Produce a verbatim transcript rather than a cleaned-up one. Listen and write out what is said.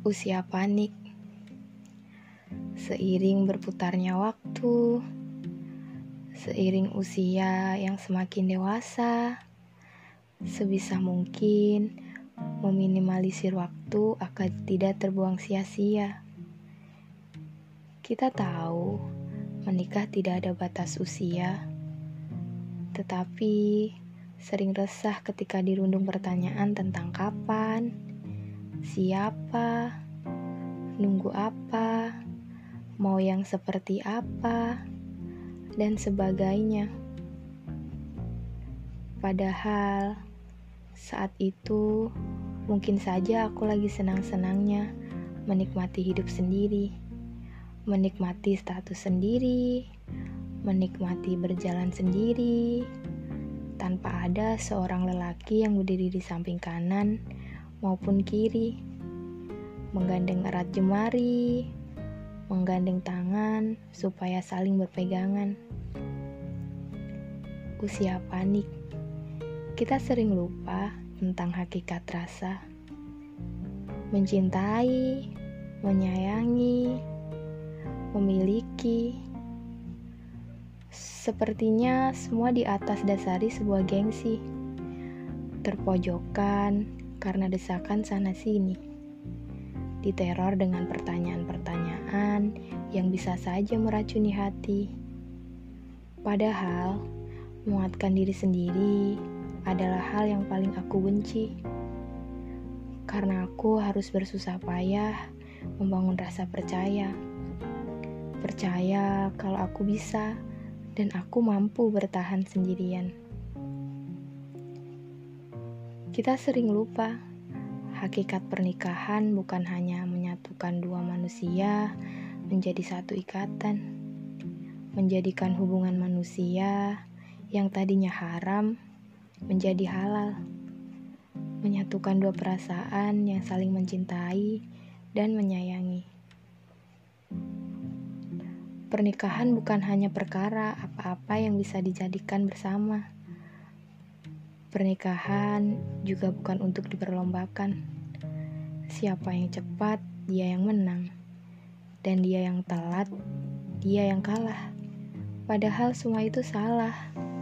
Usia panik. Seiring berputarnya waktu, seiring usia yang semakin dewasa, sebisa mungkin meminimalisir waktu agar tidak terbuang sia-sia. Kita tahu menikah tidak ada batas usia, tetapi sering resah ketika dirundung pertanyaan tentang kapan, siapa, nunggu apa, mau yang seperti apa, dan sebagainya. Padahal saat itu mungkin saja aku lagi senang-senangnya menikmati hidup sendiri, menikmati status sendiri, menikmati berjalan sendiri, tanpa ada seorang lelaki yang berdiri di samping kanan maupun kiri, menggandeng erat jemari, menggandeng tangan supaya saling berpegangan. Usia panik. Kita sering lupa tentang hakikat rasa. Mencintai, menyayangi, memiliki. Sepertinya semua di atas dasari sebuah gengsi. Terpojokan karena desakan sana-sini. Diteror dengan pertanyaan-pertanyaan yang bisa saja meracuni hati. Padahal, menguatkan diri sendiri adalah hal yang paling aku benci. Karena aku harus bersusah payah membangun rasa percaya. Percaya kalau aku bisa dan aku mampu bertahan sendirian. Kita sering lupa, hakikat pernikahan bukan hanya menyatukan dua manusia menjadi satu ikatan, menjadikan hubungan manusia yang tadinya haram menjadi halal, menyatukan dua perasaan yang saling mencintai dan menyayangi. Pernikahan bukan hanya perkara apa-apa yang bisa dijadikan bersama. Pernikahan juga bukan untuk diperlombakan. Siapa yang cepat, dia yang menang. Dan dia yang telat, dia yang kalah. Padahal semua itu salah.